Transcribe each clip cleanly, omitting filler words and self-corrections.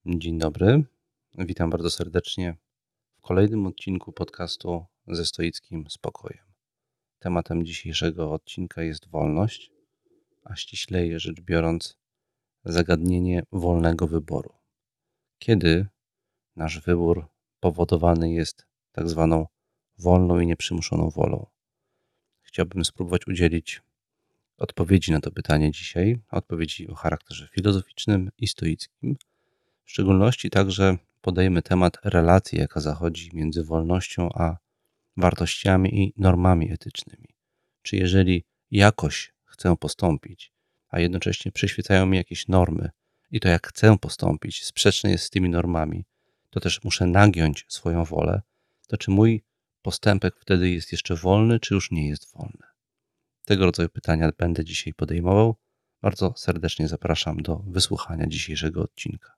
Dzień dobry, witam bardzo serdecznie w kolejnym odcinku podcastu ze stoickim spokojem. Tematem dzisiejszego odcinka jest wolność, a ściślej rzecz biorąc zagadnienie wolnego wyboru. Kiedy nasz wybór powodowany jest tak zwaną wolną i nieprzymuszoną wolą? Chciałbym spróbować udzielić odpowiedzi na to pytanie dzisiaj, odpowiedzi o charakterze filozoficznym i stoickim. W szczególności także podejmę temat relacji, jaka zachodzi między wolnością a wartościami i normami etycznymi. Czy jeżeli jakoś chcę postąpić, a jednocześnie przyświecają mi jakieś normy i to jak chcę postąpić sprzeczne jest z tymi normami, to też muszę nagiąć swoją wolę, to czy mój postępek wtedy jest jeszcze wolny, czy już nie jest wolny? Tego rodzaju pytania będę dzisiaj podejmował. Bardzo serdecznie zapraszam do wysłuchania dzisiejszego odcinka.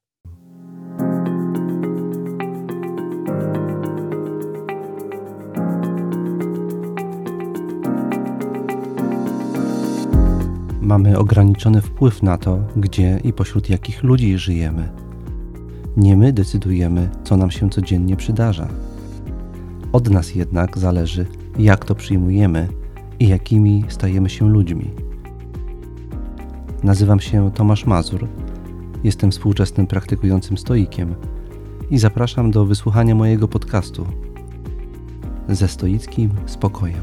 Mamy ograniczony wpływ na to, gdzie i pośród jakich ludzi żyjemy. Nie my decydujemy, co nam się codziennie przydarza. Od nas jednak zależy, jak to przyjmujemy i jakimi stajemy się ludźmi. Nazywam się Tomasz Mazur, jestem współczesnym praktykującym stoikiem i zapraszam do wysłuchania mojego podcastu ze stoickim spokojem.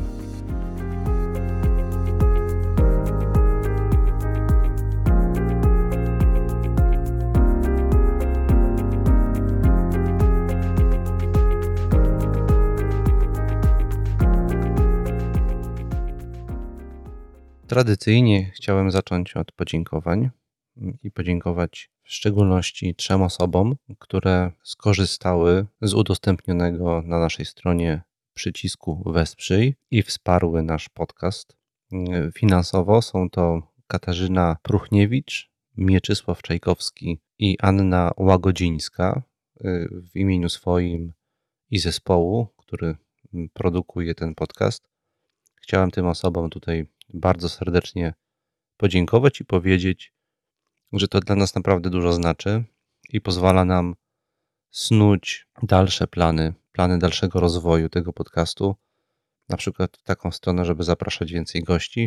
Tradycyjnie chciałem zacząć od podziękowań i podziękować w szczególności 3 osobom, które skorzystały z udostępnionego na naszej stronie przycisku Wesprzyj i wsparły nasz podcast finansowo. Są to Katarzyna Pruchniewicz, Mieczysław Czajkowski i Anna Łagodzińska w imieniu swoim i zespołu, który produkuje ten podcast. Chciałem tym osobom tutaj bardzo serdecznie podziękować i powiedzieć, że to dla nas naprawdę dużo znaczy i pozwala nam snuć dalsze plany dalszego rozwoju tego podcastu, na przykład w taką stronę, żeby zapraszać więcej gości,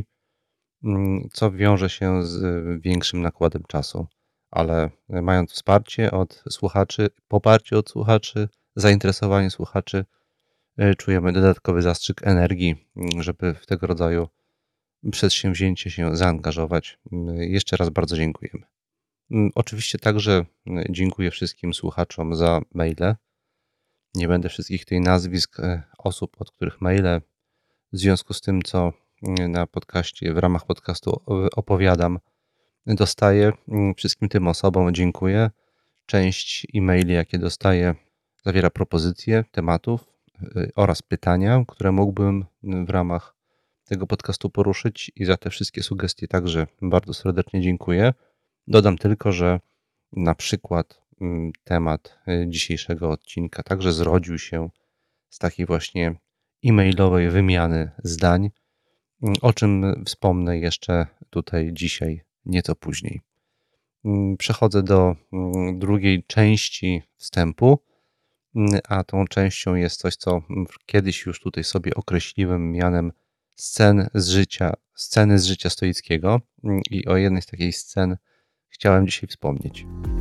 co wiąże się z większym nakładem czasu, ale mając wsparcie od słuchaczy, poparcie od słuchaczy, zainteresowanie słuchaczy, czujemy dodatkowy zastrzyk energii, żeby w tego rodzaju przedsięwzięcie się zaangażować. Jeszcze raz bardzo dziękujemy. Oczywiście także dziękuję wszystkim słuchaczom za maile. Nie będę wszystkich tutaj nazwisk osób, od których maile w związku z tym, co na podcaście, w ramach podcastu opowiadam, dostaję. Wszystkim tym osobom dziękuję. Część e-maili, jakie dostaję, zawiera propozycje tematów oraz pytania, które mógłbym w ramach tego podcastu poruszyć i za te wszystkie sugestie także bardzo serdecznie dziękuję. Dodam tylko, że na przykład temat dzisiejszego odcinka także zrodził się z takiej właśnie e-mailowej wymiany zdań, o czym wspomnę jeszcze tutaj dzisiaj nieco później. Przechodzę do drugiej części wstępu, a tą częścią jest coś, co kiedyś już tutaj sobie określiłem mianem sceny z życia stoickiego i o jednej z takich scen chciałem dzisiaj wspomnieć.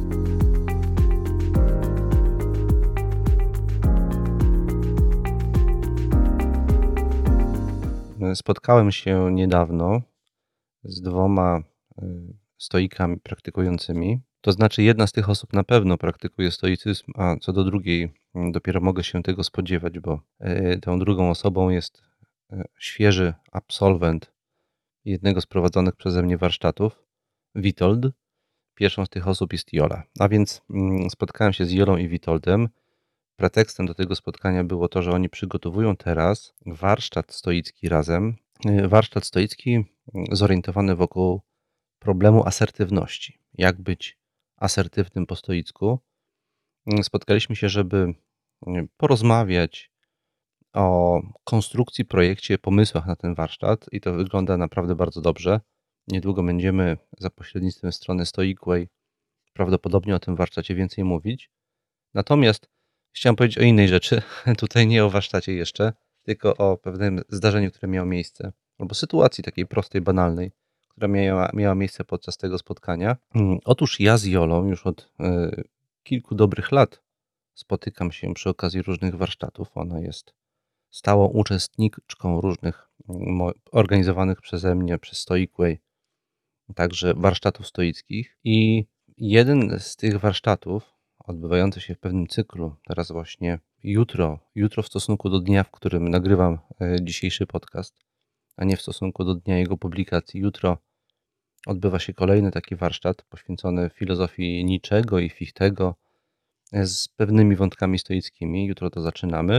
Spotkałem się niedawno z 2 stoikami praktykującymi. To znaczy jedna z tych osób na pewno praktykuje stoicyzm, a co do drugiej dopiero mogę się tego spodziewać, bo tą drugą osobą jest świeży absolwent jednego z prowadzonych przeze mnie warsztatów, Witold. Pierwszą z tych osób jest Jola. A więc spotkałem się z Jolą i Witoldem. Pretekstem do tego spotkania było to, że oni przygotowują teraz warsztat stoicki razem. Warsztat stoicki zorientowany wokół problemu asertywności. Jak być asertywnym po stoicku. Spotkaliśmy się, żeby porozmawiać o konstrukcji, projekcie, pomysłach na ten warsztat i to wygląda naprawdę bardzo dobrze. Niedługo będziemy za pośrednictwem strony Stoicway prawdopodobnie o tym warsztacie więcej mówić. Natomiast chciałem powiedzieć o innej rzeczy. Tutaj nie o warsztacie jeszcze, tylko o pewnym zdarzeniu, które miało miejsce, albo sytuacji takiej prostej, banalnej, która miała miejsce podczas tego spotkania. Otóż ja z Jolą już od kilku dobrych lat spotykam się przy okazji różnych warsztatów. Ona jest stałą uczestniczką różnych organizowanych przeze mnie przez Stoic Way, także warsztatów stoickich. I jeden z tych warsztatów, odbywający się w pewnym cyklu, teraz właśnie jutro w stosunku do dnia, w którym nagrywam dzisiejszy podcast, a nie w stosunku do dnia jego publikacji. Jutro odbywa się kolejny taki warsztat poświęcony filozofii Nietzschego i Fichtego z pewnymi wątkami stoickimi. Jutro to zaczynamy.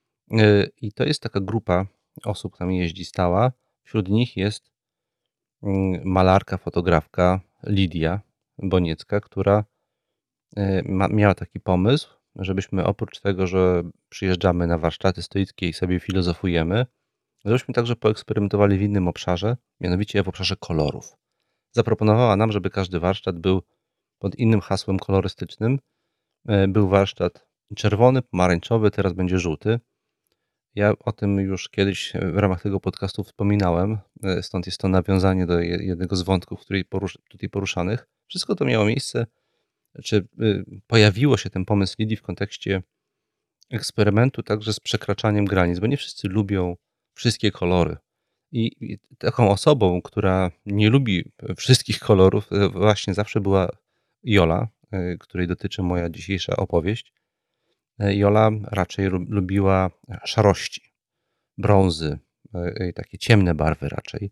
I to jest taka grupa osób, która mi jeździ stała. Wśród nich jest malarka, fotografka Lidia Boniecka, która miała taki pomysł, żebyśmy oprócz tego, że przyjeżdżamy na warsztaty stoickie i sobie filozofujemy, żebyśmy także poeksperymentowali w innym obszarze, mianowicie w obszarze kolorów. Zaproponowała nam, żeby każdy warsztat był pod innym hasłem kolorystycznym. Był warsztat czerwony, pomarańczowy, teraz będzie żółty. Ja o tym już kiedyś w ramach tego podcastu wspominałem, stąd jest to nawiązanie do jednego z wątków, tutaj poruszanych. Wszystko to miało miejsce, czy pojawiło się ten pomysł Lidii w kontekście eksperymentu także z przekraczaniem granic, bo nie wszyscy lubią wszystkie kolory. I taką osobą, która nie lubi wszystkich kolorów, właśnie zawsze była Jola, której dotyczy moja dzisiejsza opowieść. Jola raczej lubiła szarości, brązy, takie ciemne barwy raczej.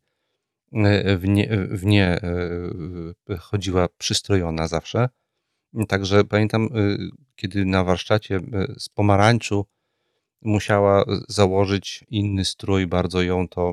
W nie chodziła przystrojona zawsze. Także pamiętam, kiedy na warsztacie z pomarańczu musiała założyć inny strój, bardzo ją to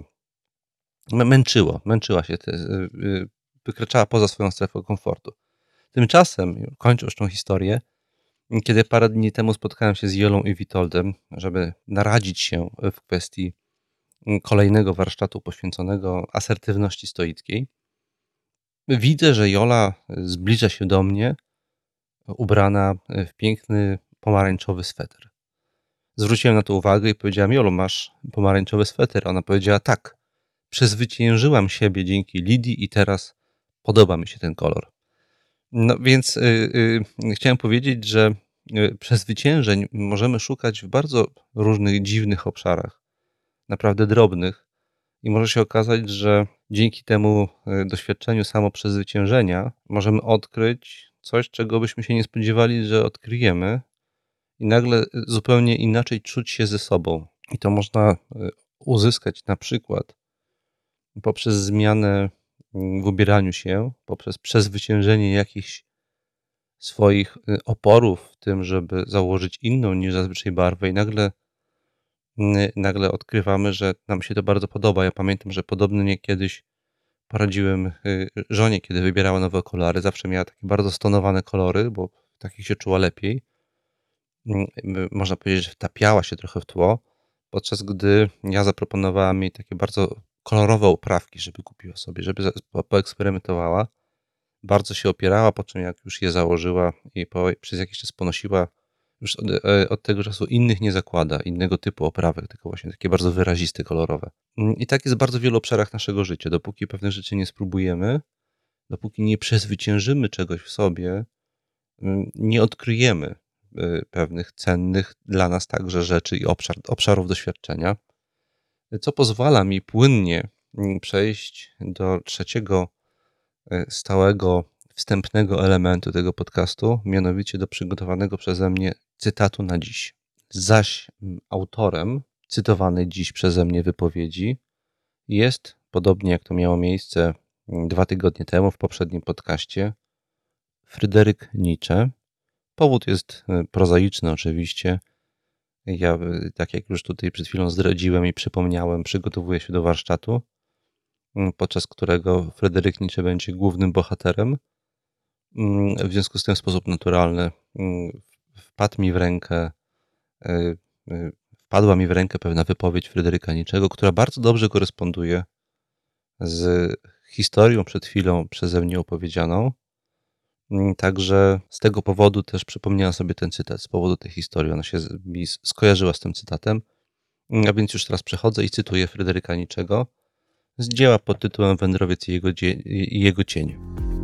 męczyła się, wykraczała poza swoją strefę komfortu. Tymczasem, kończąc tą historię, kiedy parę dni temu spotkałem się z Jolą i Witoldem, żeby naradzić się w kwestii kolejnego warsztatu poświęconego asertywności stoickiej, widzę, że Jola zbliża się do mnie ubrana w piękny pomarańczowy sweter. Zwróciłem na to uwagę i powiedziałem: Jolu, masz pomarańczowy sweter? Ona powiedziała: tak, przezwyciężyłam siebie dzięki Lidii i teraz podoba mi się ten kolor. No więc chciałem powiedzieć, że przezwyciężeń możemy szukać w bardzo różnych dziwnych obszarach, naprawdę drobnych, i może się okazać, że dzięki temu doświadczeniu samoprzezwyciężenia możemy odkryć coś, czego byśmy się nie spodziewali, że odkryjemy, i nagle zupełnie inaczej czuć się ze sobą. I to można uzyskać na przykład poprzez zmianę w ubieraniu się, poprzez przezwyciężenie jakichś swoich oporów w tym, żeby założyć inną niż zazwyczaj barwę, i nagle odkrywamy, że nam się to bardzo podoba. Ja pamiętam, że podobnie kiedyś poradziłem żonie, kiedy wybierała nowe okulary. Zawsze miała takie bardzo stonowane kolory, bo w takich się czuła lepiej. Można powiedzieć, że wtapiała się trochę w tło, podczas gdy ja zaproponowałem jej takie bardzo kolorowe oprawki, żeby kupiła sobie, żeby poeksperymentowała. Bardzo się opierała, po czym jak już je założyła i przez jakiś czas ponosiła, już od tego czasu innych nie zakłada, innego typu oprawek, tylko właśnie takie bardzo wyraziste, kolorowe. I tak jest w bardzo wielu obszarach naszego życia. Dopóki pewnych rzeczy nie spróbujemy, dopóki nie przezwyciężymy czegoś w sobie, nie odkryjemy pewnych cennych dla nas także rzeczy i obszarów doświadczenia, co pozwala mi płynnie przejść do trzeciego stałego, wstępnego elementu tego podcastu, mianowicie do przygotowanego przeze mnie cytatu na dziś. Zaś autorem cytowanej dziś przeze mnie wypowiedzi jest, podobnie jak to miało miejsce 2 tygodnie temu w poprzednim podcaście, Fryderyk Nietzsche. Powód jest prozaiczny oczywiście. Ja, tak jak już tutaj przed chwilą zdradziłem i przypomniałem, przygotowuję się do warsztatu, podczas którego Fryderyk Nietzsche będzie głównym bohaterem. W związku z tym w sposób naturalny wpadła mi w rękę pewna wypowiedź Fryderyka Nietzschego, która bardzo dobrze koresponduje z historią przed chwilą przeze mnie opowiedzianą, Także z tego powodu też przypomniałem sobie ten cytat, z powodu tej historii. Ona się mi skojarzyła z tym cytatem. A więc już teraz przechodzę i cytuję Fryderyka Nietzschego z dzieła pod tytułem Wędrowiec i jego cień.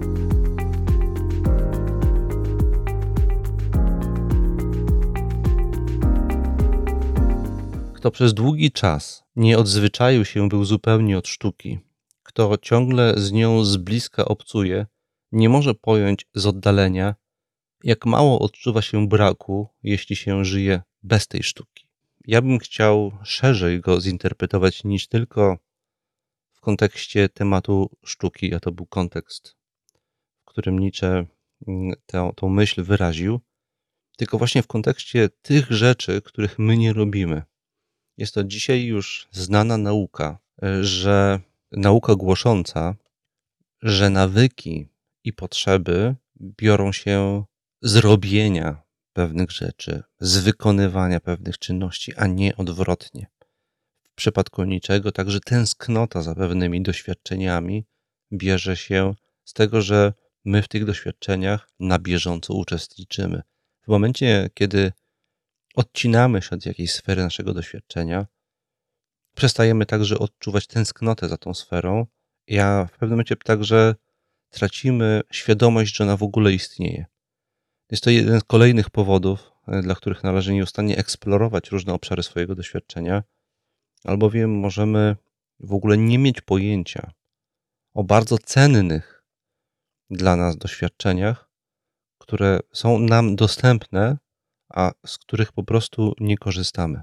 Kto przez długi czas nie odzwyczaił się był zupełnie od sztuki, kto ciągle z nią z bliska obcuje, nie może pojąć z oddalenia, jak mało odczuwa się braku, jeśli się żyje bez tej sztuki. Ja bym chciał szerzej go zinterpretować niż tylko w kontekście tematu sztuki, a to był kontekst, w którym Nietzsche tą myśl wyraził, tylko właśnie w kontekście tych rzeczy, których my nie robimy. Jest to dzisiaj już znana nauka, że nauka głosząca, że nawyki i potrzeby biorą się z robienia pewnych rzeczy, z wykonywania pewnych czynności, a nie odwrotnie. W przypadku niczego także tęsknota za pewnymi doświadczeniami bierze się z tego, że my w tych doświadczeniach na bieżąco uczestniczymy. W momencie, kiedy odcinamy się od jakiejś sfery naszego doświadczenia, przestajemy także odczuwać tęsknotę za tą sferą, a w pewnym momencie także tracimy świadomość, że ona w ogóle istnieje. Jest to jeden z kolejnych powodów, dla których należy nieustannie eksplorować różne obszary swojego doświadczenia, albowiem możemy w ogóle nie mieć pojęcia o bardzo cennych dla nas doświadczeniach, które są nam dostępne, a z których po prostu nie korzystamy,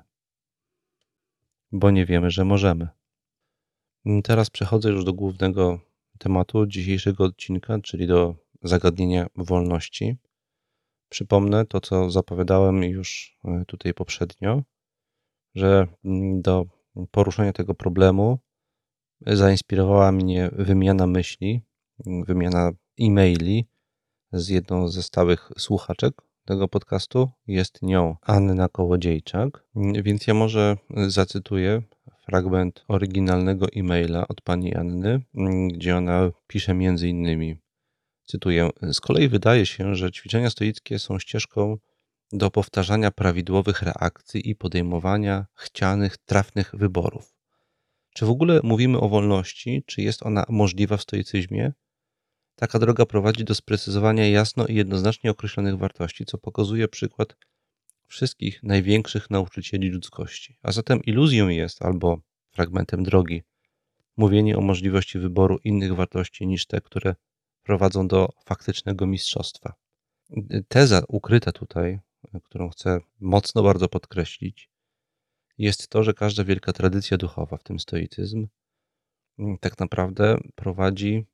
bo nie wiemy, że możemy. Teraz przechodzę już do głównego tematu dzisiejszego odcinka, czyli do zagadnienia wolności. Przypomnę to, co zapowiadałem już tutaj poprzednio, że do poruszenia tego problemu zainspirowała mnie wymiana myśli, wymiana e-maili z jedną ze stałych słuchaczek tego podcastu. Jest nią Anna Kołodziejczak, więc ja może zacytuję fragment oryginalnego e-maila od pani Anny, gdzie ona pisze między innymi, cytuję: z kolei wydaje się, że ćwiczenia stoickie są ścieżką do powtarzania prawidłowych reakcji i podejmowania chcianych, trafnych wyborów. Czy w ogóle mówimy o wolności? Czy jest ona możliwa w stoicyzmie? Taka droga prowadzi do sprecyzowania jasno i jednoznacznie określonych wartości, co pokazuje przykład wszystkich największych nauczycieli ludzkości. A zatem iluzją jest, albo fragmentem drogi, mówienie o możliwości wyboru innych wartości niż te, które prowadzą do faktycznego mistrzostwa. Teza ukryta tutaj, którą chcę mocno bardzo podkreślić, jest to, że każda wielka tradycja duchowa, w tym stoicyzm, tak naprawdę prowadzi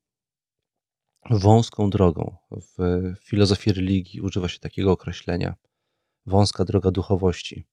wąską drogą. W filozofii religii używa się takiego określenia: wąska droga duchowości.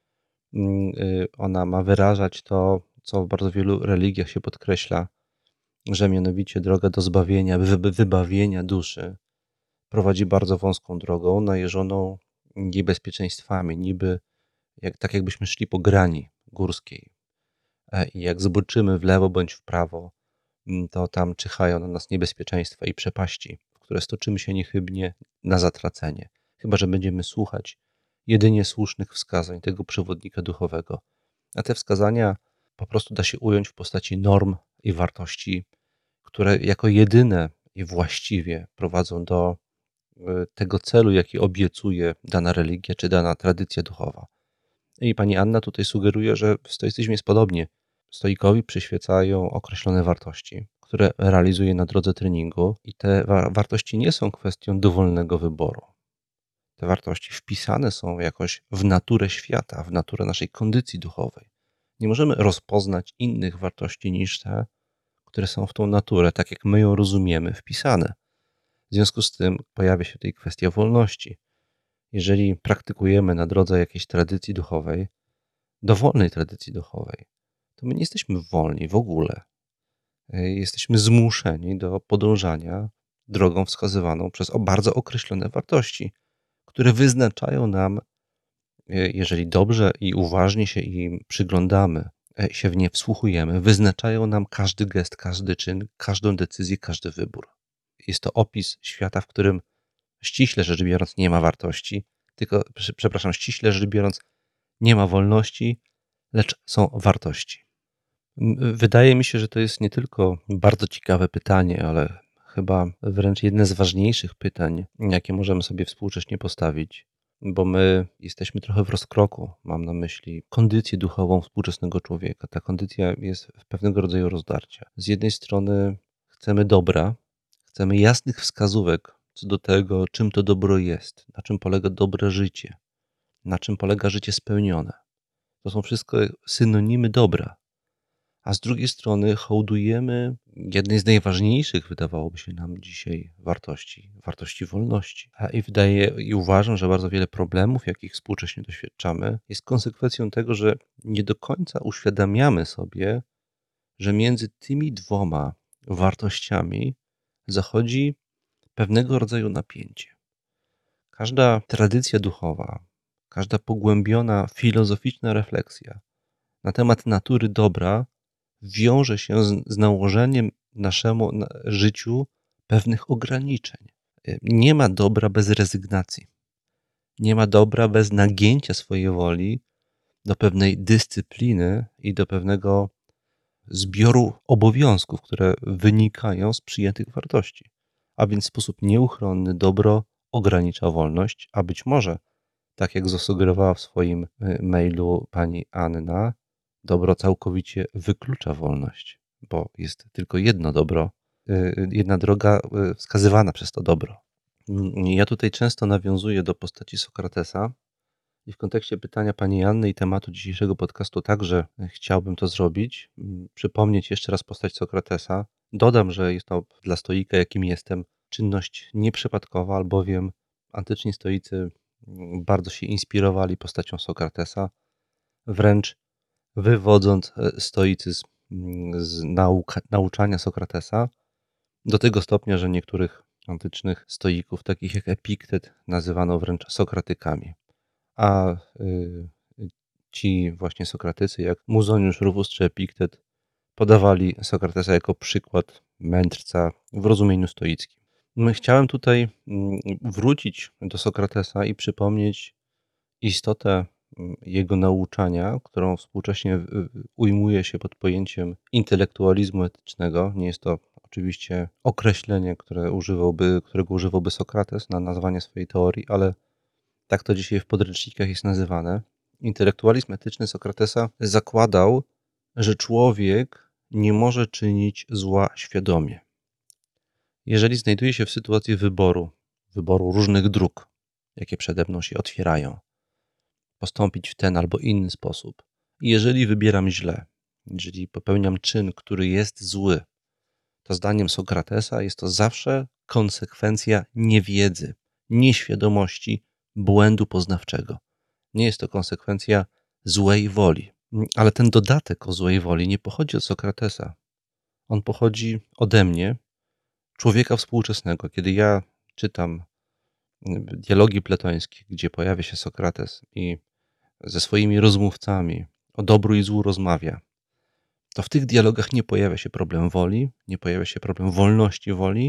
Ona ma wyrażać to, co w bardzo wielu religiach się podkreśla, że mianowicie droga do zbawienia, wybawienia duszy prowadzi bardzo wąską drogą, najeżoną niebezpieczeństwami, niby tak jakbyśmy szli po grani górskiej. I jak zboczymy w lewo bądź w prawo, to tam czyhają na nas niebezpieczeństwa i przepaści, w które stoczymy się niechybnie na zatracenie, chyba że będziemy słuchać jedynie słusznych wskazań tego przewodnika duchowego. A te wskazania po prostu da się ująć w postaci norm i wartości, które jako jedyne i właściwie prowadzą do tego celu, jaki obiecuje dana religia czy dana tradycja duchowa. I pani Anna tutaj sugeruje, że w stoicyzmie jest podobnie. Stoikowi przyświecają określone wartości, które realizuje na drodze treningu, i te wartości nie są kwestią dowolnego wyboru. Te wartości wpisane są jakoś w naturę świata, w naturę naszej kondycji duchowej. Nie możemy rozpoznać innych wartości niż te, które są w tą naturę, tak jak my ją rozumiemy, wpisane. W związku z tym pojawia się tutaj kwestia wolności. Jeżeli praktykujemy na drodze jakiejś tradycji duchowej, dowolnej tradycji duchowej, to my nie jesteśmy wolni w ogóle. Jesteśmy zmuszeni do podążania drogą wskazywaną przez bardzo określone wartości, które wyznaczają nam, jeżeli dobrze i uważnie się im przyglądamy, się w nie wsłuchujemy, wyznaczają nam każdy gest, każdy czyn, każdą decyzję, każdy wybór. Jest to opis świata, w którym ściśle rzecz biorąc nie ma wartości, ściśle rzecz biorąc nie ma wolności, lecz są wartości. Wydaje mi się, że to jest nie tylko bardzo ciekawe pytanie, ale chyba wręcz jedne z ważniejszych pytań, jakie możemy sobie współcześnie postawić, bo my jesteśmy trochę w rozkroku. Mam na myśli kondycję duchową współczesnego człowieka. Ta kondycja jest w pewnego rodzaju rozdarcia. Z jednej strony chcemy dobra, chcemy jasnych wskazówek co do tego, czym to dobro jest, na czym polega dobre życie, na czym polega życie spełnione. To są wszystko synonimy dobra. A z drugiej strony hołdujemy jednej z najważniejszych, wydawałoby się nam dzisiaj, wartości wolności. I uważam, że bardzo wiele problemów, jakich współcześnie doświadczamy, jest konsekwencją tego, że nie do końca uświadamiamy sobie, że między tymi dwoma wartościami zachodzi pewnego rodzaju napięcie. Każda tradycja duchowa, każda pogłębiona filozoficzna refleksja na temat natury dobra wiąże się z nałożeniem naszemu życiu pewnych ograniczeń. Nie ma dobra bez rezygnacji. Nie ma dobra bez nagięcia swojej woli do pewnej dyscypliny i do pewnego zbioru obowiązków, które wynikają z przyjętych wartości. A więc w sposób nieuchronny dobro ogranicza wolność, a być może, tak jak zasugerowała w swoim mailu pani Anna, dobro całkowicie wyklucza wolność, bo jest tylko jedno dobro, jedna droga wskazywana przez to dobro. Ja tutaj często nawiązuję do postaci Sokratesa i w kontekście pytania pani Anny i tematu dzisiejszego podcastu także chciałbym to zrobić, przypomnieć jeszcze raz postać Sokratesa. Dodam, że jest to dla stoika, jakim jestem, czynność nieprzypadkowa, albowiem antyczni stoicy bardzo się inspirowali postacią Sokratesa, wręcz wywodząc stoicyzm z nauczania Sokratesa do tego stopnia, że niektórych antycznych stoików, takich jak Epiktet, nazywano wręcz sokratykami. A ci właśnie sokratycy, jak Muzoniusz, Rufus czy Epiktet, podawali Sokratesa jako przykład mędrca w rozumieniu stoickim. Chciałem tutaj wrócić do Sokratesa i przypomnieć istotę jego nauczania, którą współcześnie ujmuje się pod pojęciem intelektualizmu etycznego. Nie jest to oczywiście określenie, którego używałby Sokrates na nazwanie swojej teorii, ale tak to dzisiaj w podręcznikach jest nazywane. Intelektualizm etyczny Sokratesa zakładał, że człowiek nie może czynić zła świadomie. Jeżeli znajduje się w sytuacji wyboru różnych dróg, jakie przede mną się otwierają, postąpić w ten albo inny sposób. I jeżeli wybieram źle, jeżeli popełniam czyn, który jest zły, to zdaniem Sokratesa jest to zawsze konsekwencja niewiedzy, nieświadomości, błędu poznawczego. Nie jest to konsekwencja złej woli. Ale ten dodatek o złej woli nie pochodzi od Sokratesa. On pochodzi ode mnie, człowieka współczesnego. Kiedy ja czytam dialogi platońskie, gdzie pojawia się Sokrates i ze swoimi rozmówcami o dobru i złu rozmawia, to w tych dialogach nie pojawia się problem woli, nie pojawia się problem wolności woli,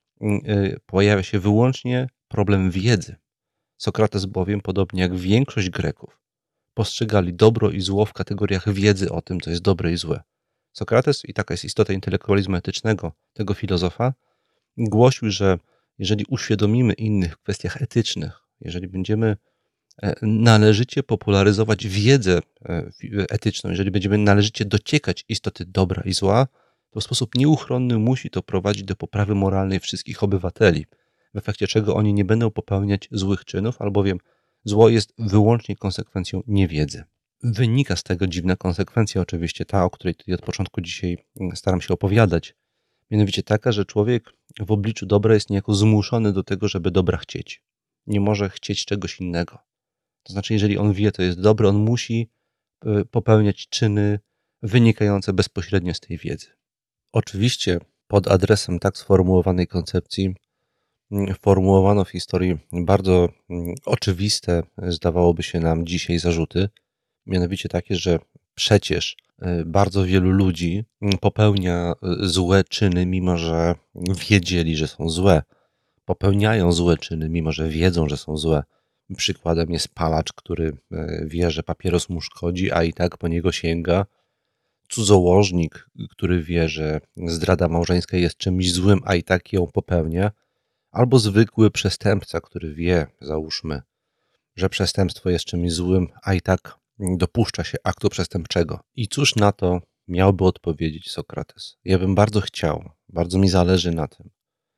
pojawia się wyłącznie problem wiedzy. Sokrates bowiem, podobnie jak większość Greków, postrzegali dobro i zło w kategoriach wiedzy o tym, co jest dobre i złe. Sokrates, i taka jest istota intelektualizmu etycznego tego filozofa, głosił, że jeżeli uświadomimy innych w kwestiach etycznych, jeżeli będziemy należycie popularyzować wiedzę etyczną, jeżeli będziemy należycie dociekać istoty dobra i zła, to w sposób nieuchronny musi to prowadzić do poprawy moralnej wszystkich obywateli, w efekcie czego oni nie będą popełniać złych czynów, albowiem zło jest wyłącznie konsekwencją niewiedzy. Wynika z tego dziwna konsekwencja, oczywiście ta, o której tutaj od początku dzisiaj staram się opowiadać, mianowicie taka, że człowiek w obliczu dobra jest niejako zmuszony do tego, żeby dobra chcieć. Nie może chcieć czegoś innego. To znaczy, jeżeli on wie, co jest dobre, on musi popełniać czyny wynikające bezpośrednio z tej wiedzy. Oczywiście pod adresem tak sformułowanej koncepcji formułowano w historii bardzo oczywiste, zdawałoby się nam dzisiaj, zarzuty, mianowicie takie, że przecież bardzo wielu ludzi popełnia złe czyny, mimo że wiedzieli, że są złe. popełniają złe czyny, mimo że wiedzą, że są złe. Przykładem jest palacz, który wie, że papieros mu szkodzi, a i tak po niego sięga. Cudzołożnik, który wie, że zdrada małżeńska jest czymś złym, a i tak ją popełnia. Albo zwykły przestępca, który wie, załóżmy, że przestępstwo jest czymś złym, a i tak dopuszcza się aktu przestępczego. I cóż na to miałby odpowiedzieć Sokrates? Ja bym bardzo chciał, bardzo mi zależy na tym,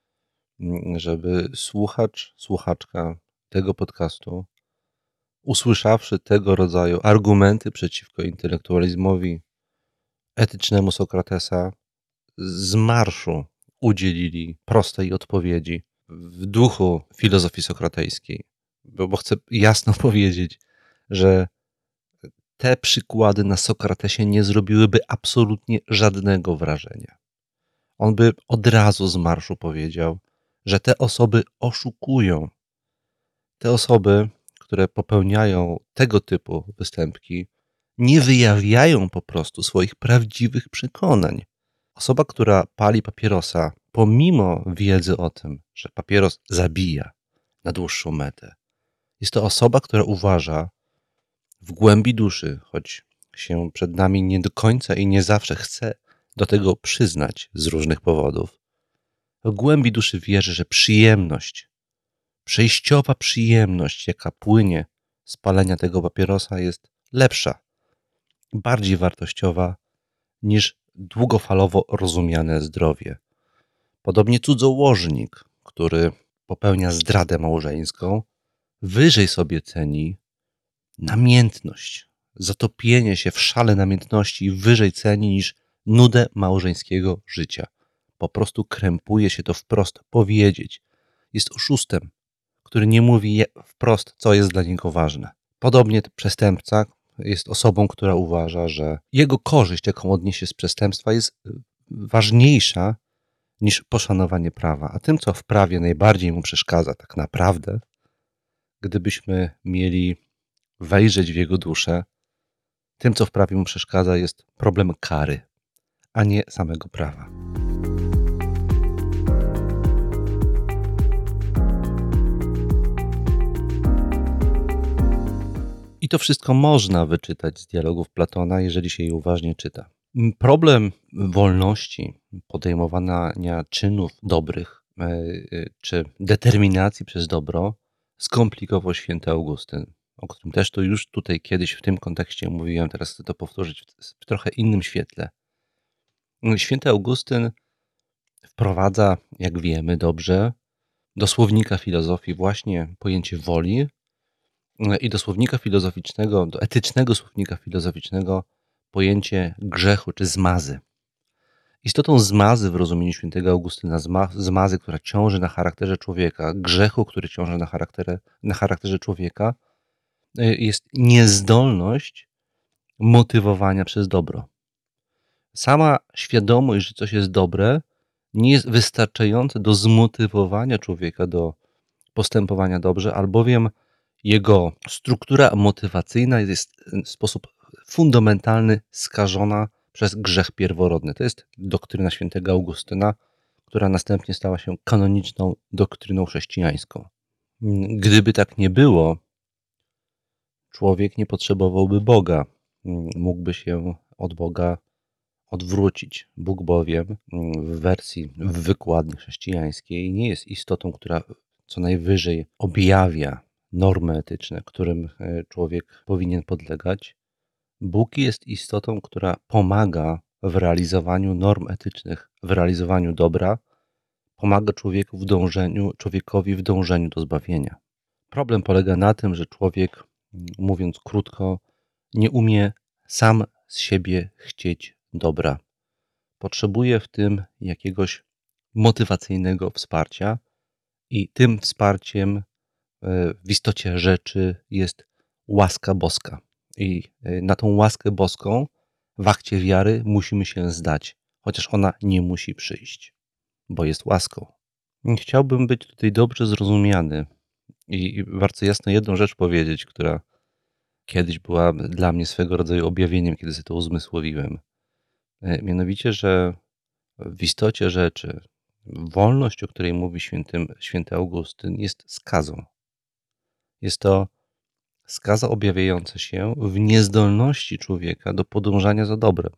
żeby słuchacz, słuchaczka tego podcastu, usłyszawszy tego rodzaju argumenty przeciwko intelektualizmowi etycznemu Sokratesa, z marszu udzielili prostej odpowiedzi w duchu filozofii sokratejskiej. Bo chcę jasno powiedzieć, że te przykłady na Sokratesie nie zrobiłyby absolutnie żadnego wrażenia. On by od razu z marszu powiedział, że te osoby oszukują. Te osoby, które popełniają tego typu występki, nie wyjawiają po prostu swoich prawdziwych przekonań. Osoba, która pali papierosa, pomimo wiedzy o tym, że papieros zabija na dłuższą metę, jest to osoba, która uważa w głębi duszy, choć się przed nami nie do końca i nie zawsze chce do tego przyznać z różnych powodów, w głębi duszy wierzy, że przyjemność, przejściowa przyjemność, jaka płynie z palenia tego papierosa, jest lepsza, bardziej wartościowa niż długofalowo rozumiane zdrowie. Podobnie cudzołożnik, który popełnia zdradę małżeńską, wyżej sobie ceni namiętność, zatopienie się w szale namiętności wyżej ceni niż nudę małżeńskiego życia. Po prostu krępuje się to wprost powiedzieć. Jest oszustem, który nie mówi wprost, co jest dla niego ważne. Podobnie przestępca jest osobą, która uważa, że jego korzyść, jaką odniesie z przestępstwa, jest ważniejsza niż poszanowanie prawa. A tym, co w prawie najbardziej mu przeszkadza tak naprawdę, gdybyśmy mieli wejrzeć w jego duszę, tym, co w prawie mu przeszkadza, jest problem kary, a nie samego prawa. I to wszystko można wyczytać z dialogów Platona, jeżeli się je uważnie czyta. Problem wolności, podejmowania czynów dobrych, czy determinacji przez dobro skomplikował święty Augustyn, o którym też to już tutaj kiedyś w tym kontekście mówiłem, teraz chcę to powtórzyć w trochę innym świetle. Święty Augustyn wprowadza, jak wiemy dobrze, do słownika filozofii właśnie pojęcie woli i do słownika filozoficznego, do etycznego słownika filozoficznego pojęcie grzechu czy zmazy. Istotą zmazy w rozumieniu świętego Augustyna, zmazy, która ciąży na charakterze człowieka, grzechu, który ciąży na charakterze człowieka, jest niezdolność motywowania przez dobro. Sama świadomość, że coś jest dobre, nie jest wystarczająca do zmotywowania człowieka do postępowania dobrze, albowiem jego struktura motywacyjna jest w sposób fundamentalny skażona przez grzech pierworodny. To jest doktryna świętego Augustyna, która następnie stała się kanoniczną doktryną chrześcijańską. Gdyby tak nie było, człowiek nie potrzebowałby Boga. Mógłby się od Boga odwrócić. Bóg bowiem w wykładni chrześcijańskiej nie jest istotą, która co najwyżej objawia normy etyczne, którym człowiek powinien podlegać. Bóg jest istotą, która pomaga w realizowaniu norm etycznych, w realizowaniu dobra, pomaga człowiekowi w dążeniu do zbawienia. Problem polega na tym, że człowiek, mówiąc krótko, nie umie sam z siebie chcieć dobra. Potrzebuje w tym jakiegoś motywacyjnego wsparcia i tym wsparciem w istocie rzeczy jest łaska boska. I na tą łaskę boską w akcie wiary musimy się zdać, chociaż ona nie musi przyjść, bo jest łaską. Chciałbym być tutaj dobrze zrozumiany i bardzo jasno jedną rzecz powiedzieć, która kiedyś była dla mnie swego rodzaju objawieniem, kiedy sobie to uzmysłowiłem. Mianowicie, że w istocie rzeczy Wolność, o której mówi święty Augustyn, jest skazą. Jest to skaza objawiająca się w niezdolności człowieka do podążania za dobrem,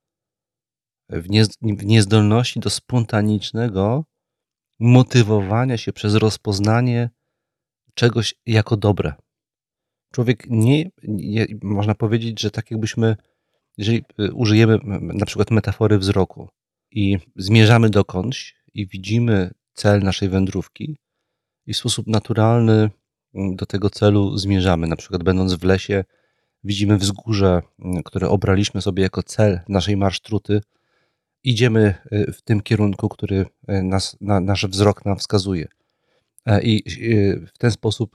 w niezdolności do spontanicznego motywowania się przez rozpoznanie czegoś jako dobre. Człowiek można powiedzieć, że tak jakbyśmy, jeżeli użyjemy na przykład metafory wzroku i zmierzamy dokądś i widzimy cel naszej wędrówki i w sposób naturalny do tego celu zmierzamy. Na przykład będąc w lesie widzimy wzgórze, które obraliśmy sobie jako cel naszej marsztruty. Idziemy w tym kierunku, który nasz wzrok nam wskazuje. I w ten sposób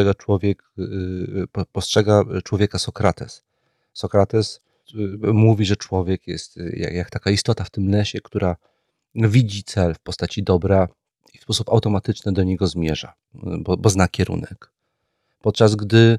postrzega człowieka Sokrates. Sokrates mówi, że człowiek jest jak taka istota w tym lesie, która widzi cel w postaci dobra i w sposób automatyczny do niego zmierza, bo zna kierunek. Podczas gdy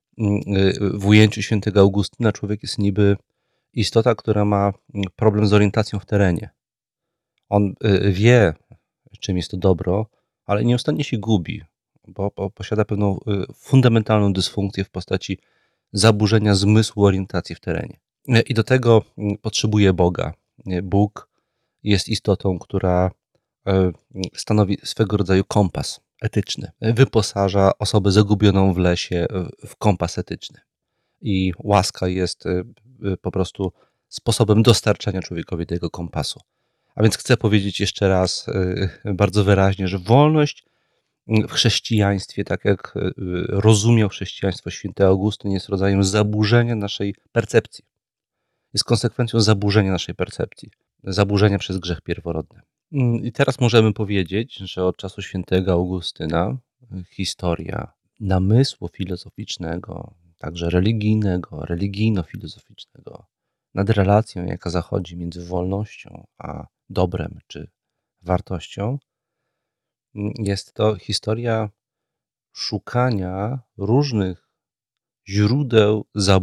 w ujęciu świętego Augustyna człowiek jest niby istota, która ma problem z orientacją w terenie. On wie, czym jest to dobro, ale nieustannie się gubi, bo posiada pewną fundamentalną dysfunkcję w postaci zaburzenia zmysłu orientacji w terenie. I do tego potrzebuje Boga. Bóg jest istotą, która stanowi swego rodzaju kompas etyczny. Wyposaża osobę zagubioną w lesie w kompas etyczny. I łaska jest po prostu sposobem dostarczania człowiekowi tego kompasu. A więc chcę powiedzieć jeszcze raz bardzo wyraźnie, że wolność w chrześcijaństwie, tak jak rozumiał chrześcijaństwo święty Augustyn, jest rodzajem zaburzenia naszej percepcji. Jest konsekwencją zaburzenia naszej percepcji. Zaburzenia przez grzech pierworodny. I teraz możemy powiedzieć, że od czasu świętego Augustyna historia namysłu filozoficznego, także religijnego, religijno-filozoficznego, nad relacją, jaka zachodzi między wolnością a dobrem czy wartością, jest to historia szukania różnych źródeł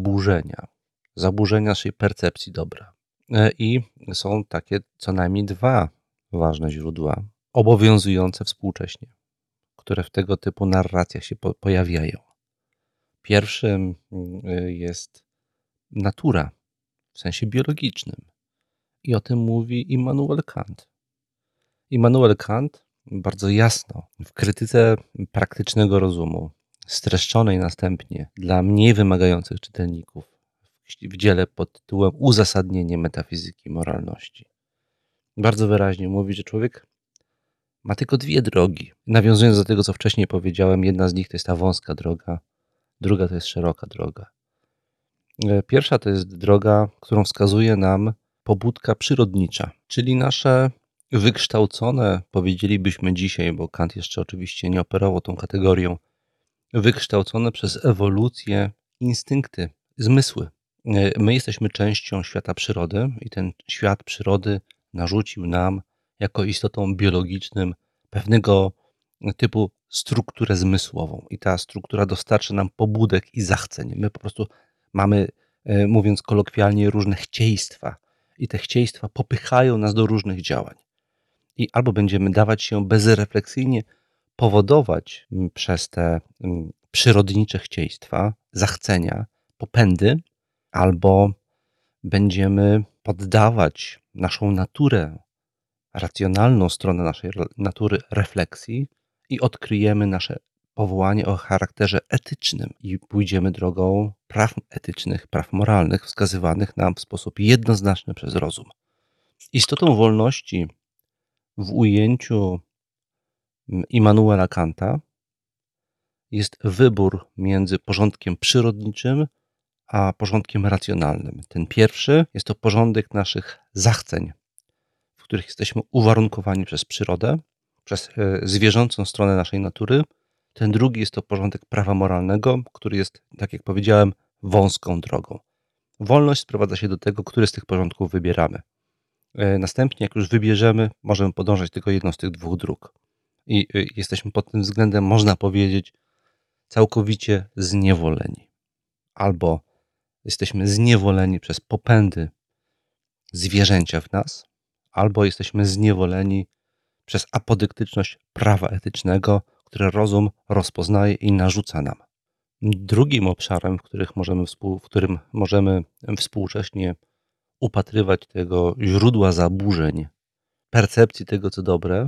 zaburzenia naszej percepcji dobra. I są takie co najmniej dwa ważne źródła, obowiązujące współcześnie, które w tego typu narracjach się pojawiają. Pierwszym jest natura w sensie biologicznym. I o tym mówi Immanuel Kant. Immanuel Kant bardzo jasno w krytyce praktycznego rozumu, streszczonej następnie dla mniej wymagających czytelników w dziele pod tytułem Uzasadnienie metafizyki moralności, bardzo wyraźnie mówi, że człowiek ma tylko dwie drogi. Nawiązując do tego, co wcześniej powiedziałem, jedna z nich to jest ta wąska droga, druga to jest szeroka droga. Pierwsza to jest droga, którą wskazuje nam pobudka przyrodnicza, czyli nasze wykształcone, powiedzielibyśmy dzisiaj, bo Kant jeszcze oczywiście nie operował tą kategorią, wykształcone przez ewolucję instynkty, zmysły. My jesteśmy częścią świata przyrody i ten świat przyrody narzucił nam jako istotom biologicznym pewnego typu strukturę zmysłową i ta struktura dostarcza nam pobudek i zachceń. My po prostu mamy, mówiąc kolokwialnie, różne chcieństwa i te chcieństwa popychają nas do różnych działań. I albo będziemy dawać się bezrefleksyjnie powodować przez te przyrodnicze chcieństwa, zachcenia, popędy, albo będziemy poddawać naszą naturę, racjonalną stronę naszej natury refleksji i odkryjemy nasze powołanie o charakterze etycznym i pójdziemy drogą praw etycznych, praw moralnych wskazywanych nam w sposób jednoznaczny przez rozum. Istotą wolności w ujęciu Immanuela Kanta jest wybór między porządkiem przyrodniczym a porządkiem racjonalnym. Ten pierwszy jest to porządek naszych zachceń, w których jesteśmy uwarunkowani przez przyrodę, przez zwierzącą stronę naszej natury. Ten drugi jest to porządek prawa moralnego, który jest, tak jak powiedziałem, wąską drogą. Wolność sprowadza się do tego, który z tych porządków wybieramy. Następnie, jak już wybierzemy, możemy podążać tylko jedną z tych dwóch dróg. I jesteśmy pod tym względem, można powiedzieć, całkowicie zniewoleni. Albo jesteśmy zniewoleni przez popędy zwierzęcia w nas, albo jesteśmy zniewoleni przez apodyktyczność prawa etycznego, które rozum rozpoznaje i narzuca nam. Drugim obszarem, w którym możemy współcześnie upatrywać tego źródła zaburzeń, percepcji tego, co dobre,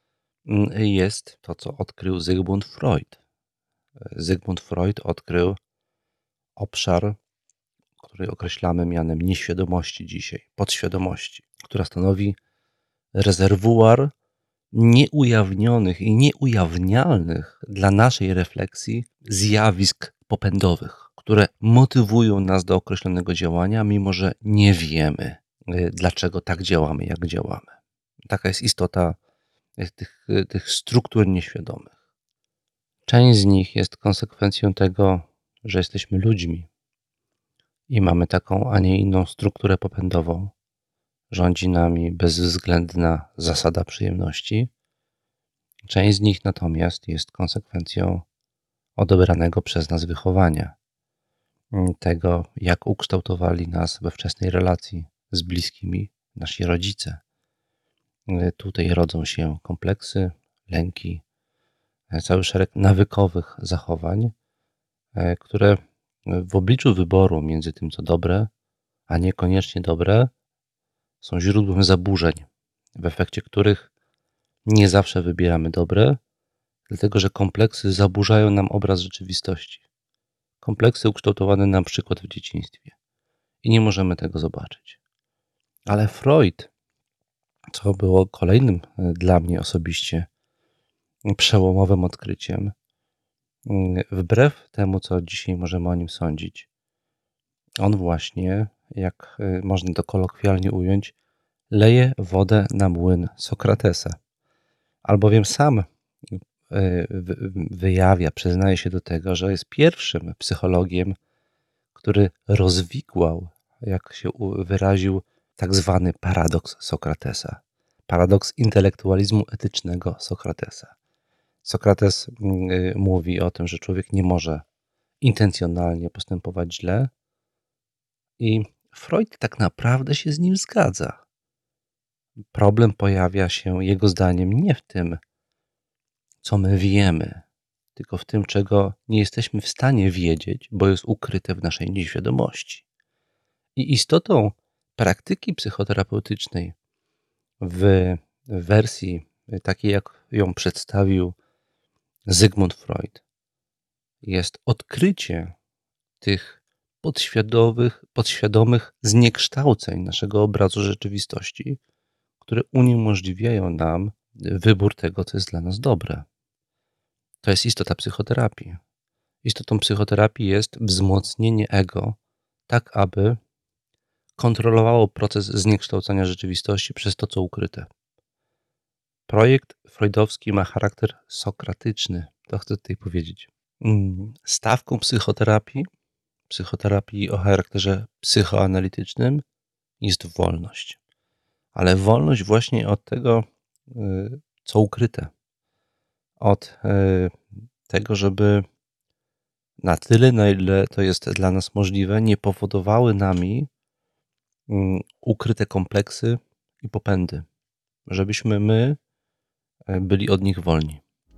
jest to, co odkrył Sigmund Freud. Sigmund Freud odkrył obszar, który określamy mianem nieświadomości dzisiaj, podświadomości, która stanowi rezerwuar nieujawnionych i nieujawnialnych dla naszej refleksji zjawisk popędowych, które motywują nas do określonego działania, mimo że nie wiemy, dlaczego tak działamy, jak działamy. Taka jest istota tych struktur nieświadomych. Część z nich jest konsekwencją tego, że jesteśmy ludźmi i mamy taką, a nie inną strukturę popędową. Rządzi nami bezwzględna zasada przyjemności. Część z nich natomiast jest konsekwencją odebranego przez nas wychowania, tego, jak ukształtowali nas we wczesnej relacji z bliskimi nasi rodzice. Tutaj rodzą się kompleksy, lęki, cały szereg nawykowych zachowań, które w obliczu wyboru między tym, co dobre, a niekoniecznie dobre, są źródłem zaburzeń, w efekcie których nie zawsze wybieramy dobre, dlatego że kompleksy zaburzają nam obraz rzeczywistości. Kompleksy ukształtowane na przykład w dzieciństwie. I nie możemy tego zobaczyć. Ale Freud, co było kolejnym dla mnie osobiście przełomowym odkryciem, wbrew temu, co dzisiaj możemy o nim sądzić, on właśnie, jak można to kolokwialnie ująć, leje wodę na młyn Sokratesa. Albowiem sam wyjawia, przyznaje się do tego, że jest pierwszym psychologiem, który rozwikłał, jak się wyraził, tak zwany paradoks Sokratesa. Paradoks intelektualizmu etycznego Sokratesa. Sokrates mówi o tym, że człowiek nie może intencjonalnie postępować źle i Freud tak naprawdę się z nim zgadza. Problem pojawia się, jego zdaniem, nie w tym, co my wiemy, tylko w tym, czego nie jesteśmy w stanie wiedzieć, bo jest ukryte w naszej nieświadomości. I istotą praktyki psychoterapeutycznej w wersji takiej, jak ją przedstawił Sigmund Freud, jest odkrycie tych podświadomych zniekształceń naszego obrazu rzeczywistości, które uniemożliwiają nam wybór tego, co jest dla nas dobre. To jest istota psychoterapii. Istotą psychoterapii jest wzmocnienie ego, tak aby kontrolowało proces zniekształcania rzeczywistości przez to, co ukryte. Projekt freudowski ma charakter sokratyczny, to chcę tutaj powiedzieć. Stawką psychoterapii o charakterze psychoanalitycznym jest wolność. Ale wolność właśnie od tego, co ukryte. Od tego, żeby na tyle, na ile to jest dla nas możliwe, nie powodowały nami ukryte kompleksy i popędy. Żebyśmy my byli od nich wolni.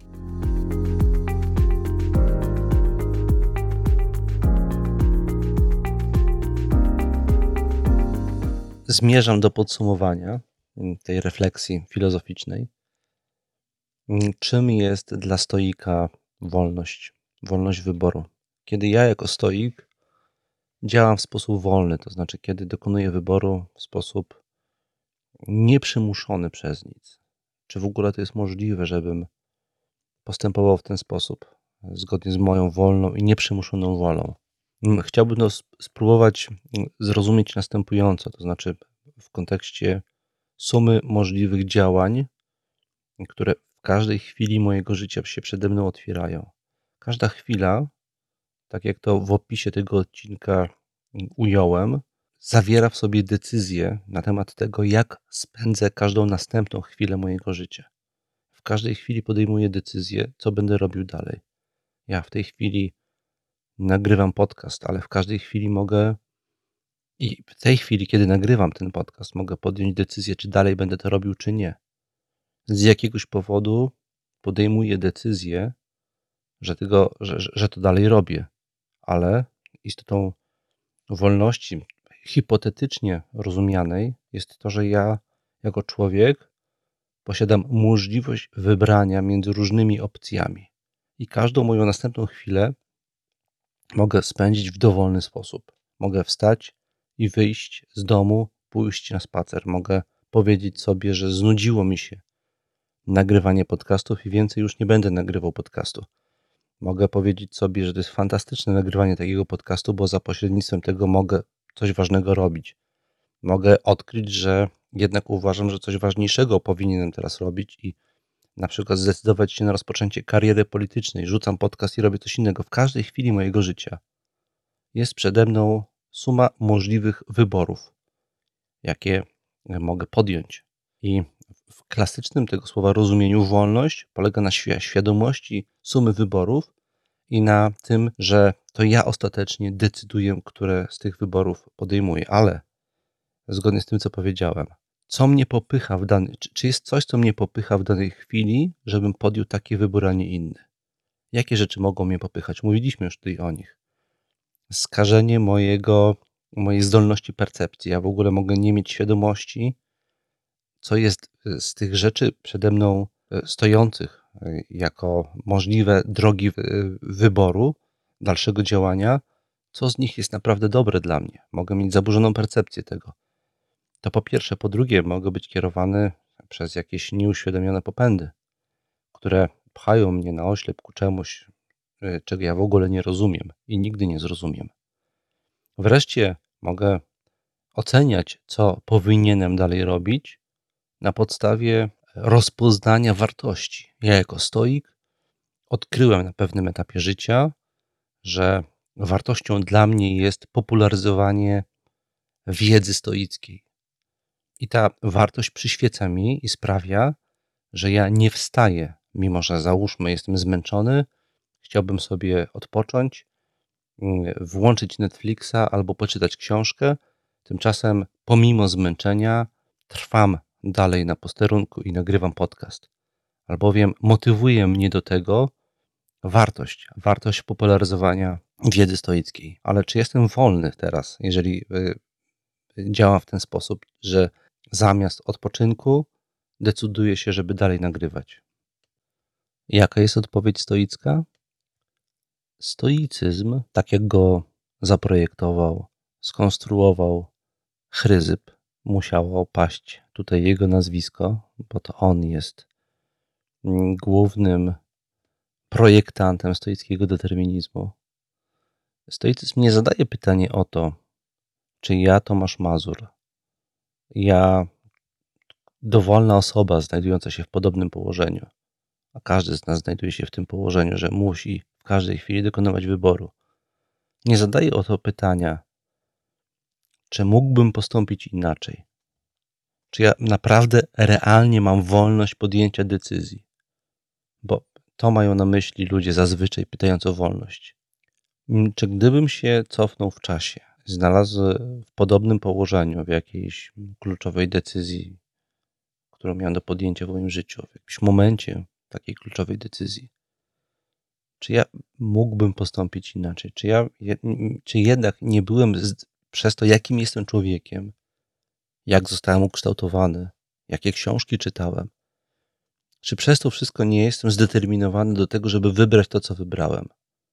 Zmierzam do podsumowania tej refleksji filozoficznej. Czym jest dla stoika wolność? Wolność wyboru. Kiedy ja jako stoik działam w sposób wolny, to znaczy kiedy dokonuję wyboru w sposób nieprzymuszony przez nic. Czy w ogóle to jest możliwe, żebym postępował w ten sposób, zgodnie z moją wolną i nieprzymuszoną wolą? Chciałbym to spróbować zrozumieć następująco, to znaczy w kontekście sumy możliwych działań, które w każdej chwili mojego życia się przede mną otwierają. Każda chwila, tak jak to w opisie tego odcinka ująłem, zawiera w sobie decyzję na temat tego, jak spędzę każdą następną chwilę mojego życia. W każdej chwili podejmuję decyzję, co będę robił dalej. Ja w tej chwili nagrywam podcast, ale w każdej chwili mogę i w tej chwili, kiedy nagrywam ten podcast, mogę podjąć decyzję, czy dalej będę to robił, czy nie. z jakiegoś powodu podejmuję decyzję, że to dalej robię, ale istotą wolności hipotetycznie rozumianej jest to, że ja jako człowiek posiadam możliwość wybrania między różnymi opcjami i każdą moją następną chwilę mogę spędzić w dowolny sposób. Mogę wstać i wyjść z domu, pójść na spacer. Mogę powiedzieć sobie, że znudziło mi się nagrywanie podcastów i więcej już nie będę nagrywał podcastu. Mogę powiedzieć sobie, że to jest fantastyczne nagrywanie takiego podcastu, bo za pośrednictwem tego mogę coś ważnego robić. Mogę odkryć, że jednak uważam, że coś ważniejszego powinienem teraz robić i na przykład zdecydować się na rozpoczęcie kariery politycznej. Rzucam podcast i robię coś innego. W każdej chwili mojego życia jest przede mną suma możliwych wyborów, jakie mogę podjąć. I w klasycznym tego słowa rozumieniu wolność polega na świadomości sumy wyborów i na tym, że to ja ostatecznie decyduję, które z tych wyborów podejmuję. Ale zgodnie z tym, co powiedziałem, co mnie popycha czy jest coś, co mnie popycha w danej chwili, żebym podjął taki wybór, a nie inny? Jakie rzeczy mogą mnie popychać? Mówiliśmy już tutaj o nich. Skażenie mojej zdolności percepcji. Ja w ogóle mogę nie mieć świadomości, co jest z tych rzeczy przede mną stojących jako możliwe drogi wyboru, dalszego działania, co z nich jest naprawdę dobre dla mnie. Mogę mieć zaburzoną percepcję tego. To po pierwsze. Po drugie, mogę być kierowany przez jakieś nieuświadomione popędy, które pchają mnie na oślep ku czemuś, czego ja w ogóle nie rozumiem i nigdy nie zrozumiem. Wreszcie mogę oceniać, co powinienem dalej robić na podstawie rozpoznania wartości. Ja jako stoik odkryłem na pewnym etapie życia, że wartością dla mnie jest popularyzowanie wiedzy stoickiej. I ta wartość przyświeca mi i sprawia, że ja nie wstaję, mimo że załóżmy jestem zmęczony, chciałbym sobie odpocząć, włączyć Netflixa albo poczytać książkę. Tymczasem pomimo zmęczenia trwam dalej na posterunku i nagrywam podcast. Albowiem motywuje mnie do tego wartość popularyzowania wiedzy stoickiej. Ale czy jestem wolny teraz, jeżeli działam w ten sposób, że zamiast odpoczynku decyduję się, żeby dalej nagrywać? Jaka jest odpowiedź stoicka? Stoicyzm, tak jak go zaprojektował, skonstruował Chryzyp, musiało paść tutaj jego nazwisko, bo to on jest głównym projektantem stoickiego determinizmu. Stoicyzm nie zadaje pytania o to, czy ja, Tomasz Mazur, ja, dowolna osoba znajdująca się w podobnym położeniu, a każdy z nas znajduje się w tym położeniu, że musi w każdej chwili dokonywać wyboru. Nie zadaje o to pytania, czy mógłbym postąpić inaczej? Czy ja naprawdę realnie mam wolność podjęcia decyzji? Bo to mają na myśli ludzie zazwyczaj pytając o wolność. Czy gdybym się cofnął w czasie, znalazł w podobnym położeniu, w jakiejś kluczowej decyzji, którą miałem do podjęcia w moim życiu, w jakimś momencie takiej kluczowej decyzji, czy ja mógłbym postąpić inaczej? Czy jednak nie byłem przez to, jakim jestem człowiekiem, jak zostałem ukształtowany, jakie książki czytałem, czy przez to wszystko nie jestem zdeterminowany do tego, żeby wybrać to, co wybrałem?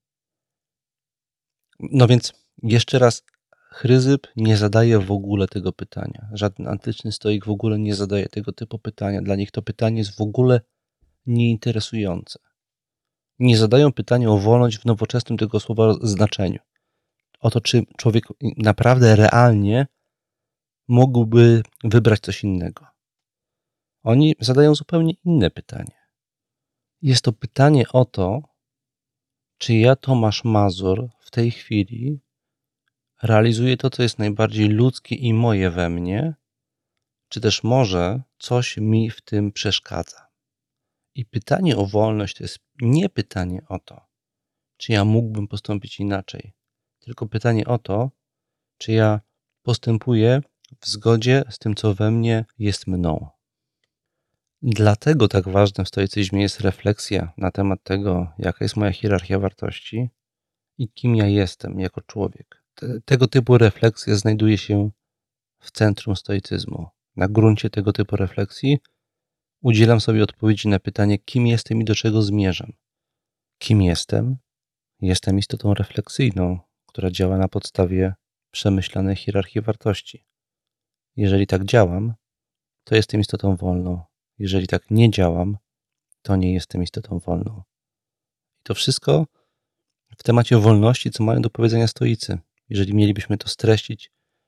No więc jeszcze raz, Chryzyp nie zadaje w ogóle tego pytania. Żaden antyczny stoik w ogóle nie zadaje tego typu pytania. Dla nich to pytanie jest w ogóle nieinteresujące. Nie zadają pytania o wolność w nowoczesnym tego słowa znaczeniu. O to, czy człowiek naprawdę realnie mógłby wybrać coś innego. Oni zadają zupełnie inne pytanie. Jest to pytanie o to, czy ja, Tomasz Mazur, w tej chwili realizuję to, co jest najbardziej ludzkie i moje we mnie, czy też może coś mi w tym przeszkadza. I pytanie o wolność to jest nie pytanie o to, czy ja mógłbym postąpić inaczej, tylko pytanie o to, czy ja postępuję w zgodzie z tym, co we mnie jest mną. Dlatego tak ważne w stoicyzmie jest refleksja na temat tego, jaka jest moja hierarchia wartości i kim ja jestem jako człowiek. Tego typu refleksja znajduje się w centrum stoicyzmu. Na gruncie tego typu refleksji udzielam sobie odpowiedzi na pytanie, kim jestem i do czego zmierzam. Kim jestem? Jestem istotą refleksyjną, która działa na podstawie przemyślanej hierarchii wartości. Jeżeli tak działam, to jestem istotą wolną. Jeżeli tak nie działam, to nie jestem istotą wolną. I to wszystko w temacie wolności, co mają do powiedzenia stoicy, jeżeli mielibyśmy to streścić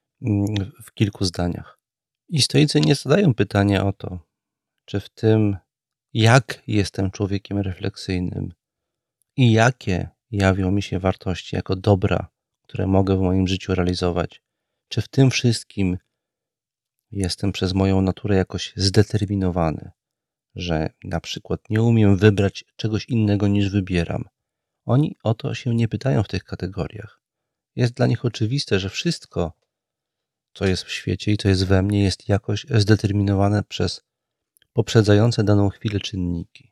w kilku zdaniach. I stoicy nie zadają pytania o to, czy w tym, jak jestem człowiekiem refleksyjnym i jakie jawią mi się wartości jako dobra, które mogę w moim życiu realizować, czy w tym wszystkim jestem przez moją naturę jakoś zdeterminowany, że na przykład nie umiem wybrać czegoś innego niż wybieram. Oni o to się nie pytają w tych kategoriach. Jest dla nich oczywiste, że wszystko, co jest w świecie i co jest we mnie, jest jakoś zdeterminowane przez poprzedzające daną chwilę czynniki.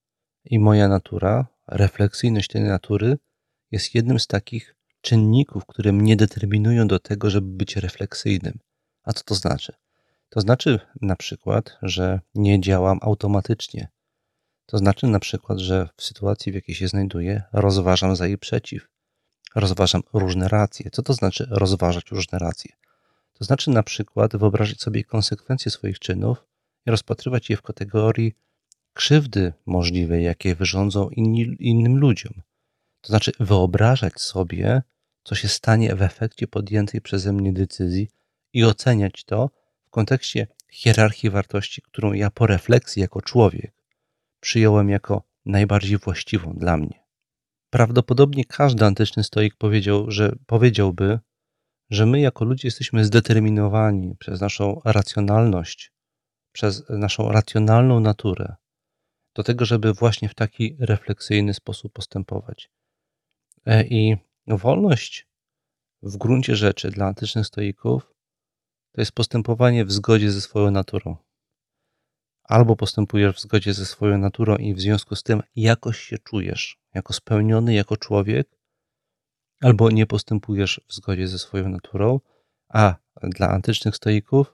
I moja natura, refleksyjność tej natury jest jednym z takich czynników, które mnie determinują do tego, żeby być refleksyjnym. A co to znaczy? To znaczy na przykład, że nie działam automatycznie. To znaczy na przykład, że w sytuacji, w jakiej się znajduję, rozważam za i przeciw. Rozważam różne racje. Co to znaczy rozważać różne racje? To znaczy na przykład wyobrazić sobie konsekwencje swoich czynów i rozpatrywać je w kategorii krzywdy możliwej, jakie wyrządzą innym ludziom. To znaczy wyobrażać sobie, co się stanie w efekcie podjętej przeze mnie decyzji i oceniać to w kontekście hierarchii wartości, którą ja po refleksji jako człowiek przyjąłem jako najbardziej właściwą dla mnie. Prawdopodobnie każdy antyczny stoik powiedziałby, że my jako ludzie jesteśmy zdeterminowani przez naszą racjonalność, przez naszą racjonalną naturę do tego, żeby właśnie w taki refleksyjny sposób postępować. I wolność w gruncie rzeczy dla antycznych stoików to jest postępowanie w zgodzie ze swoją naturą. Albo postępujesz w zgodzie ze swoją naturą i w związku z tym jakoś się czujesz jako spełniony, jako człowiek, albo nie postępujesz w zgodzie ze swoją naturą, a dla antycznych stoików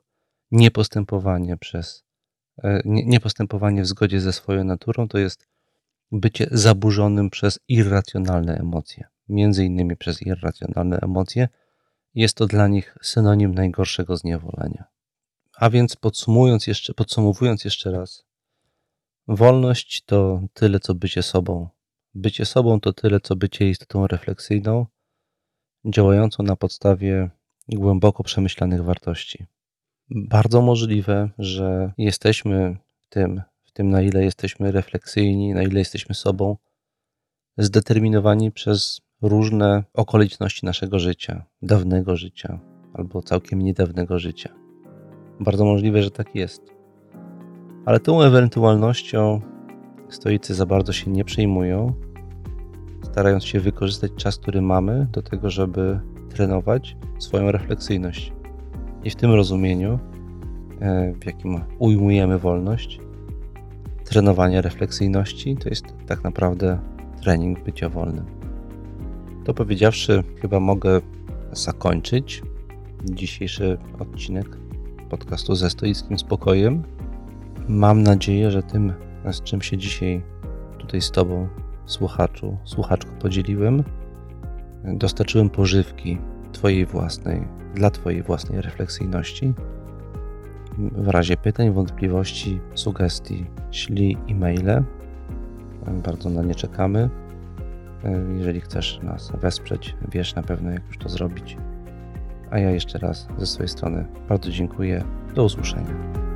niepostępowanie w zgodzie ze swoją naturą to jest bycie zaburzonym przez irracjonalne emocje. Między innymi przez irracjonalne emocje jest to dla nich synonim najgorszego zniewolenia. A więc podsumowując jeszcze raz, wolność to tyle, co bycie sobą. Bycie sobą to tyle, co bycie istotą refleksyjną, działającą na podstawie głęboko przemyślanych wartości. Bardzo możliwe, że jesteśmy w tym na ile jesteśmy refleksyjni, na ile jesteśmy sobą, zdeterminowani przez różne okoliczności naszego życia, dawnego życia albo całkiem niedawnego życia. Bardzo możliwe, że tak jest. Ale tą ewentualnością stoicy za bardzo się nie przejmują, starając się wykorzystać czas, który mamy do tego, żeby trenować swoją refleksyjność. I w tym rozumieniu, w jakim ujmujemy wolność, trenowanie refleksyjności to jest tak naprawdę trening bycia wolnym. To powiedziawszy, chyba mogę zakończyć dzisiejszy odcinek podcastu ze stoickim spokojem. Mam nadzieję, że tym, z czym się dzisiaj tutaj z Tobą, słuchaczko podzieliłem, dostarczyłem pożywki dla Twojej własnej refleksyjności. W razie pytań, wątpliwości, sugestii, ślij e-maile. Bardzo na nie czekamy. Jeżeli chcesz nas wesprzeć, wiesz na pewno, jak już to zrobić. A ja jeszcze raz ze swojej strony bardzo dziękuję. Do usłyszenia.